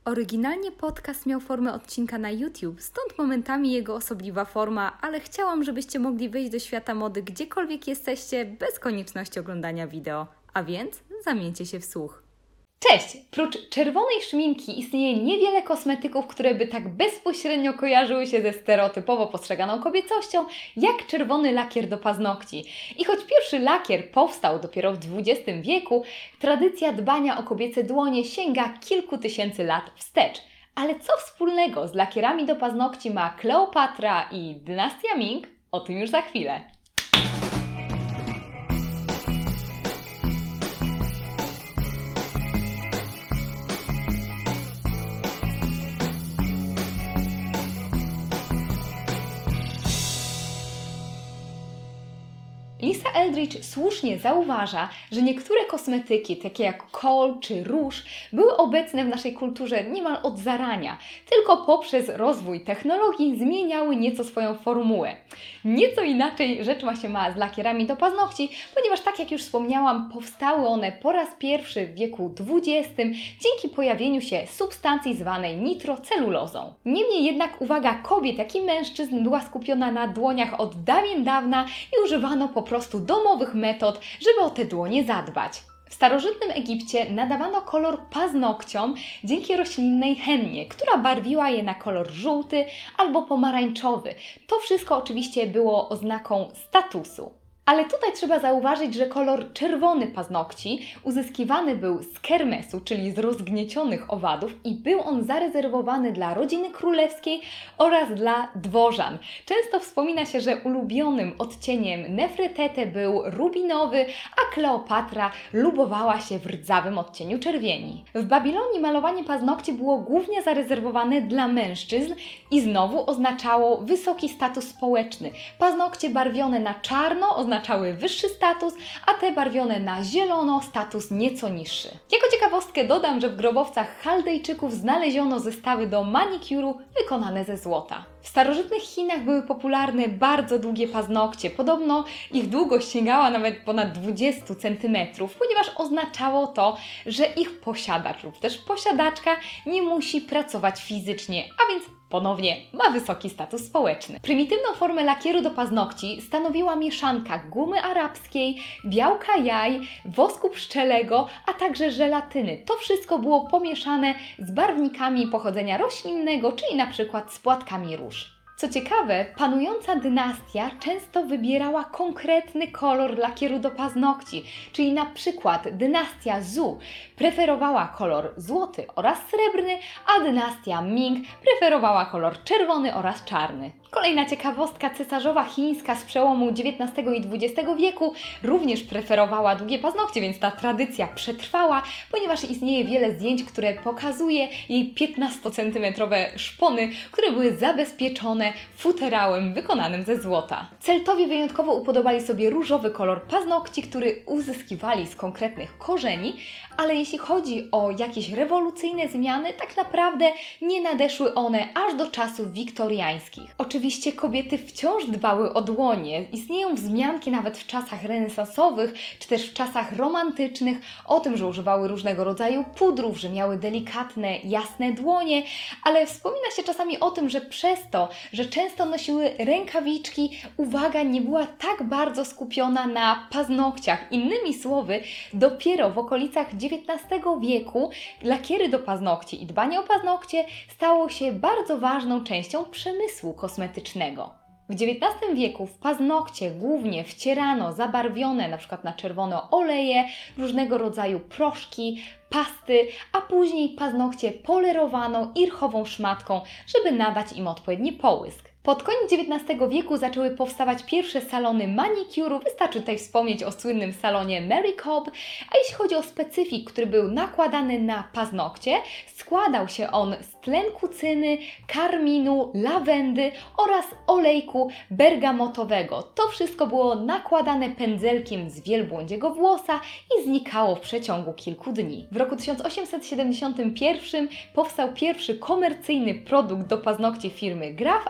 Oryginalnie podcast miał formę odcinka na YouTube, stąd momentami jego osobliwa forma, ale chciałam, żebyście mogli wejść do świata mody gdziekolwiek jesteście, bez konieczności oglądania wideo. A więc zamieńcie się w słuch. Cześć! Prócz czerwonej szminki istnieje niewiele kosmetyków, które by tak bezpośrednio kojarzyły się ze stereotypowo postrzeganą kobiecością, jak czerwony lakier do paznokci. I choć pierwszy lakier powstał dopiero w XX wieku, tradycja dbania o kobiece dłonie sięga kilku tysięcy lat wstecz. Ale co wspólnego z lakierami do paznokci ma Kleopatra i dynastia Ming? O tym już za chwilę. Lisa Eldridge słusznie zauważa, że niektóre kosmetyki, takie jak kohl czy róż, były obecne w naszej kulturze niemal od zarania, tylko poprzez rozwój technologii zmieniały nieco swoją formułę. Nieco inaczej rzecz ma się z lakierami do paznokci, ponieważ tak jak już wspomniałam, powstały one po raz pierwszy w wieku XX dzięki pojawieniu się substancji zwanej nitrocelulozą. Niemniej jednak uwaga kobiet, jak i mężczyzn była skupiona na dłoniach od dawien dawna i używano po prostu domowych metod, żeby o te dłonie zadbać. W starożytnym Egipcie nadawano kolor paznokciom dzięki roślinnej hennie, która barwiła je na kolor żółty albo pomarańczowy. To wszystko oczywiście było oznaką statusu. Ale tutaj trzeba zauważyć, że kolor czerwony paznokci uzyskiwany był z kermesu, czyli z rozgniecionych owadów i był on zarezerwowany dla rodziny królewskiej oraz dla dworzan. Często wspomina się, że ulubionym odcieniem Nefretete był rubinowy, a Kleopatra lubowała się w rdzawym odcieniu czerwieni. W Babilonii malowanie paznokci było głównie zarezerwowane dla mężczyzn i znowu oznaczało wysoki status społeczny. Paznokcie barwione na czarno oznaczały wyższy status, a te barwione na zielono status nieco niższy. Jako ciekawostkę dodam, że w grobowcach Chaldejczyków znaleziono zestawy do manikuru wykonane ze złota. W starożytnych Chinach były popularne bardzo długie paznokcie. Podobno ich długość sięgała nawet ponad 20 cm, ponieważ oznaczało to, że ich posiadacz lub też posiadaczka nie musi pracować fizycznie, a więc ponownie ma wysoki status społeczny. Prymitywną formę lakieru do paznokci stanowiła mieszanka gumy arabskiej, białka jaj, wosku pszczelego, a także żelatyny. To wszystko było pomieszane z barwnikami pochodzenia roślinnego, czyli na przykład z płatkami róż. Co ciekawe, panująca dynastia często wybierała konkretny kolor lakieru do paznokci, czyli na przykład dynastia Zhou preferowała kolor złoty oraz srebrny, a dynastia Ming preferowała kolor czerwony oraz czarny. Kolejna ciekawostka, cesarzowa chińska z przełomu XIX i XX wieku również preferowała długie paznokcie, więc ta tradycja przetrwała, ponieważ istnieje wiele zdjęć, które pokazuje jej 15-centymetrowe szpony, które były zabezpieczone futerałem wykonanym ze złota. Celtowie wyjątkowo upodobali sobie różowy kolor paznokci, który uzyskiwali z konkretnych korzeni, ale jeśli chodzi o jakieś rewolucyjne zmiany, tak naprawdę nie nadeszły one aż do czasów wiktoriańskich. Oczywiście kobiety wciąż dbały o dłonie. Istnieją wzmianki nawet w czasach renesansowych, czy też w czasach romantycznych o tym, że używały różnego rodzaju pudrów, że miały delikatne, jasne dłonie, ale wspomina się czasami o tym, że przez to, że często nosiły rękawiczki, uwaga nie była tak bardzo skupiona na paznokciach. Innymi słowy, dopiero w okolicach XIX wieku lakiery do paznokci i dbanie o paznokcie stało się bardzo ważną częścią przemysłu kosmetycznego. W XIX wieku w paznokcie głównie wcierano zabarwione np. na czerwono oleje, różnego rodzaju proszki, pasty, a później paznokcie polerowano irchową szmatką, żeby nadać im odpowiedni połysk. Pod koniec XIX wieku zaczęły powstawać pierwsze salony manikuru. Wystarczy tutaj wspomnieć o słynnym salonie Mary Cobb, a jeśli chodzi o specyfik, który był nakładany na paznokcie, składał się on z tlenku cyny, karminu, lawendy oraz olejku bergamotowego. To wszystko było nakładane pędzelkiem z wielbłądziego włosa i znikało w przeciągu kilku dni. W roku 1871 powstał pierwszy komercyjny produkt do paznokci firmy Graf, a więc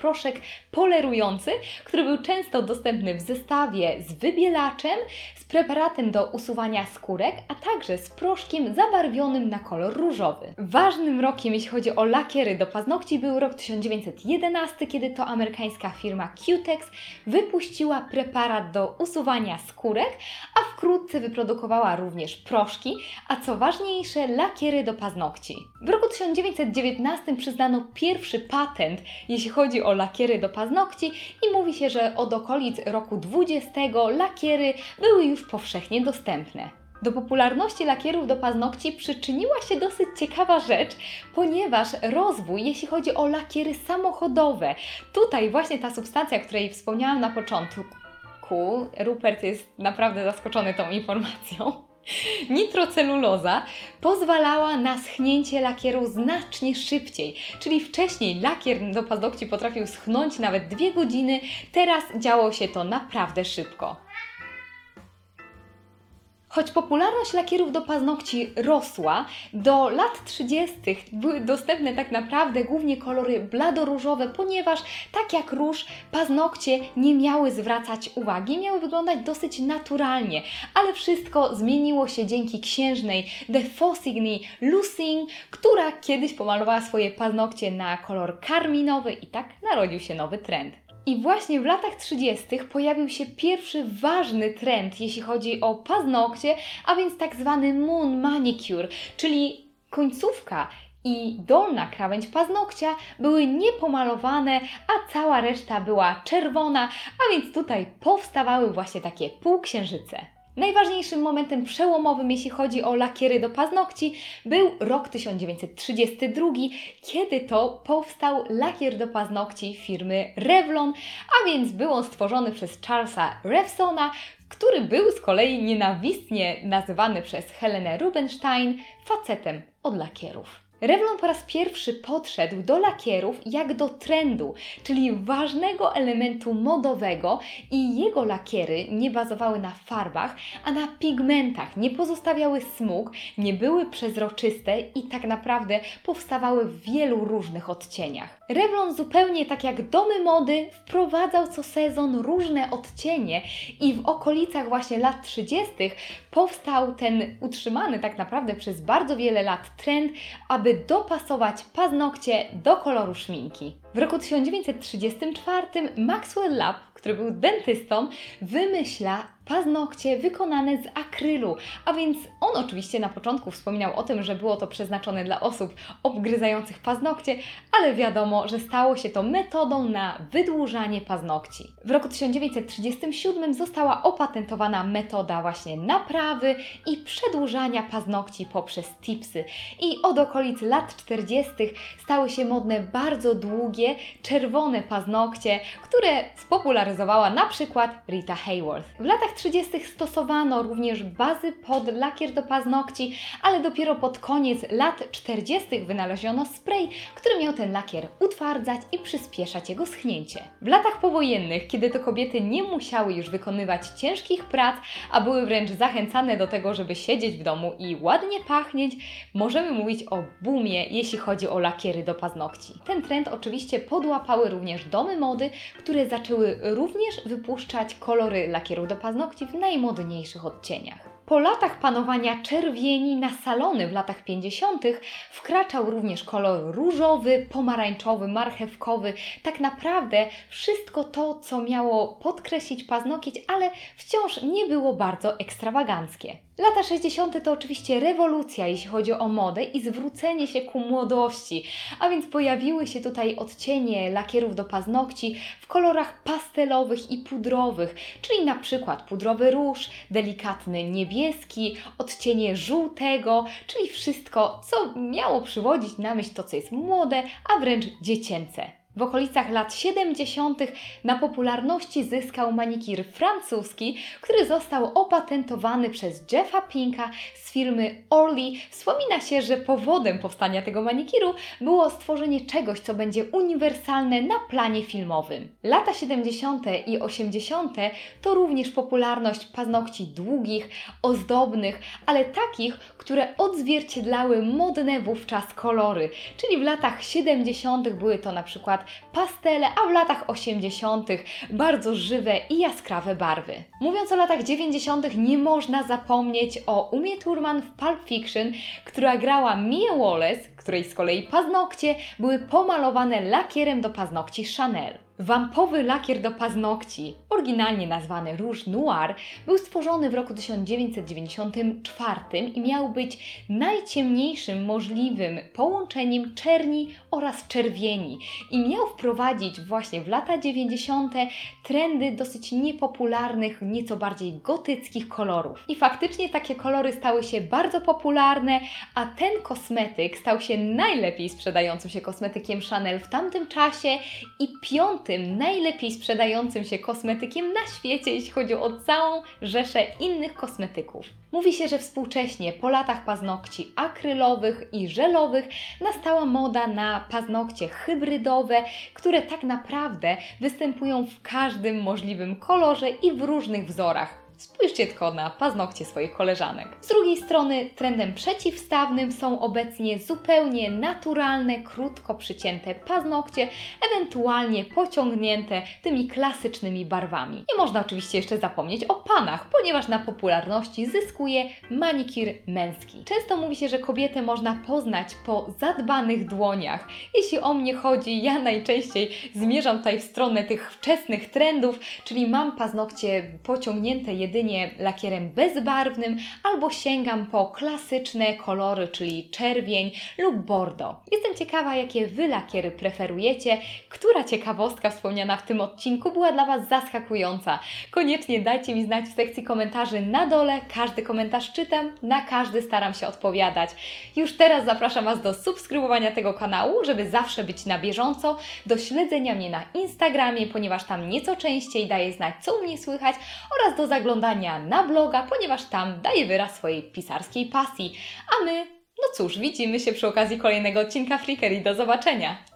proszek polerujący, który był często dostępny w zestawie z wybielaczem, z preparatem do usuwania skórek, a także z proszkiem zabarwionym na kolor różowy. Ważnym rokiem, jeśli chodzi o lakiery do paznokci, był rok 1911, kiedy to amerykańska firma Cutex wypuściła preparat do usuwania skórek, a wkrótce wyprodukowała również proszki, a co ważniejsze, lakiery do paznokci. W roku 1919 przyznano pierwszy patent, jeśli chodzi o lakiery do paznokci i mówi się, że od okolic roku 20 lakiery były już powszechnie dostępne. Do popularności lakierów do paznokci przyczyniła się dosyć ciekawa rzecz, ponieważ rozwój, jeśli chodzi o lakiery samochodowe, tutaj właśnie ta substancja, o której wspomniałam na początku, Rupert jest naprawdę zaskoczony tą informacją, nitroceluloza pozwalała na schnięcie lakieru znacznie szybciej, czyli wcześniej lakier do paznokci potrafił schnąć nawet 2 godziny, teraz działo się to naprawdę szybko. Choć popularność lakierów do paznokci rosła, do lat 30. były dostępne tak naprawdę głównie kolory bladoróżowe, ponieważ tak jak róż, paznokcie nie miały zwracać uwagi, miały wyglądać dosyć naturalnie, ale wszystko zmieniło się dzięki księżnej de Faucigny-Lucing, która kiedyś pomalowała swoje paznokcie na kolor karminowy i tak narodził się nowy trend. I właśnie w latach 30. pojawił się pierwszy ważny trend, jeśli chodzi o paznokcie, a więc tak zwany moon manicure, czyli końcówka i dolna krawędź paznokcia były niepomalowane, a cała reszta była czerwona, a więc tutaj powstawały właśnie takie półksiężyce. Najważniejszym momentem przełomowym, jeśli chodzi o lakiery do paznokci, był rok 1932, kiedy to powstał lakier do paznokci firmy Revlon, a więc był on stworzony przez Charlesa Revsona, który był z kolei nienawistnie nazywany przez Helenę Rubinstein facetem od lakierów. Revlon po raz pierwszy podszedł do lakierów jak do trendu, czyli ważnego elementu modowego i jego lakiery nie bazowały na farbach, a na pigmentach, nie pozostawiały smug, nie były przezroczyste i tak naprawdę powstawały w wielu różnych odcieniach. Revlon zupełnie tak jak domy mody wprowadzał co sezon różne odcienie i w okolicach właśnie lat 30. powstał ten utrzymany tak naprawdę przez bardzo wiele lat trend, aby dopasować paznokcie do koloru szminki. W roku 1934 Maxwell Lab, który był dentystą, wymyśla paznokcie wykonane z akrylu, a więc on oczywiście na początku wspominał o tym, że było to przeznaczone dla osób obgryzających paznokcie, ale wiadomo, że stało się to metodą na wydłużanie paznokci. W roku 1937 została opatentowana metoda właśnie naprawy i przedłużania paznokci poprzez tipsy i od okolic lat 40. stały się modne bardzo długie, czerwone paznokcie, które spopularyzowała na przykład Rita Hayworth. W latach 30. stosowano również bazy pod lakier do paznokci, ale dopiero pod koniec lat 40. wynaleziono spray, który miał ten lakier utwardzać i przyspieszać jego schnięcie. W latach powojennych, kiedy to kobiety nie musiały już wykonywać ciężkich prac, a były wręcz zachęcane do tego, żeby siedzieć w domu i ładnie pachnieć, możemy mówić o boomie, jeśli chodzi o lakiery do paznokci. Ten trend oczywiście podłapały również domy mody, które zaczęły również wypuszczać kolory lakieru do paznokci w najmodniejszych odcieniach. Po latach panowania czerwieni na salony w latach 50. wkraczał również kolor różowy, pomarańczowy, marchewkowy. Tak naprawdę wszystko to, co miało podkreślić paznokieć, ale wciąż nie było bardzo ekstrawaganckie. Lata 60. to oczywiście rewolucja, jeśli chodzi o modę i zwrócenie się ku młodości, a więc pojawiły się tutaj odcienie lakierów do paznokci w kolorach pastelowych i pudrowych, czyli na przykład pudrowy róż, delikatny niebieski, odcienie żółtego, czyli wszystko, co miało przywodzić na myśl to, co jest młode, a wręcz dziecięce. W okolicach lat 70. na popularności zyskał manikir francuski, który został opatentowany przez Jeffa Pinka z firmy Orly. Wspomina się, że powodem powstania tego manikiru było stworzenie czegoś, co będzie uniwersalne na planie filmowym. Lata 70. i 80. to również popularność paznokci długich, ozdobnych, ale takich, które odzwierciedlały modne wówczas kolory. Czyli w latach 70. były to na przykład lat pastele, a w latach 80. bardzo żywe i jaskrawe barwy. Mówiąc o latach 90. nie można zapomnieć o Umie Thurman w Pulp Fiction, która grała Mię Wallace, której z kolei paznokcie były pomalowane lakierem do paznokci Chanel. Wampowy lakier do paznokci, oryginalnie nazwany Rouge Noir, był stworzony w roku 1994 i miał być najciemniejszym możliwym połączeniem czerni oraz czerwieni i miał wprowadzić właśnie w lata 90. trendy dosyć niepopularnych, nieco bardziej gotyckich kolorów. I faktycznie takie kolory stały się bardzo popularne, a ten kosmetyk stał się najlepiej sprzedającym się kosmetykiem Chanel w tamtym czasie i piątym najlepiej sprzedającym się kosmetykiem na świecie, jeśli chodzi o całą rzeszę innych kosmetyków. Mówi się, że współcześnie po latach paznokci akrylowych i żelowych nastała moda na paznokcie hybrydowe, które tak naprawdę występują w każdym możliwym kolorze i w różnych wzorach. Spójrzcie tylko na paznokcie swoich koleżanek. Z drugiej strony trendem przeciwstawnym są obecnie zupełnie naturalne, krótko przycięte paznokcie, ewentualnie pociągnięte tymi klasycznymi barwami. Nie można oczywiście jeszcze zapomnieć o panach, ponieważ na popularności zyskuje manikir męski. Często mówi się, że kobietę można poznać po zadbanych dłoniach. Jeśli o mnie chodzi, ja najczęściej zmierzam tutaj w stronę tych wczesnych trendów, czyli mam paznokcie pociągnięte jedynie lakierem bezbarwnym albo sięgam po klasyczne kolory, czyli czerwień lub bordo. Jestem ciekawa, jakie Wy lakiery preferujecie, która ciekawostka wspomniana w tym odcinku była dla Was zaskakująca. Koniecznie dajcie mi znać w sekcji komentarzy na dole, każdy komentarz czytam, na każdy staram się odpowiadać. Już teraz zapraszam Was do subskrybowania tego kanału, żeby zawsze być na bieżąco, do śledzenia mnie na Instagramie, ponieważ tam nieco częściej daję znać, co u mnie słychać, oraz do zaglądania na bloga, ponieważ tam daję wyraz swojej pisarskiej pasji. A my, no cóż, widzimy się przy okazji kolejnego odcinka Freakery. Do zobaczenia!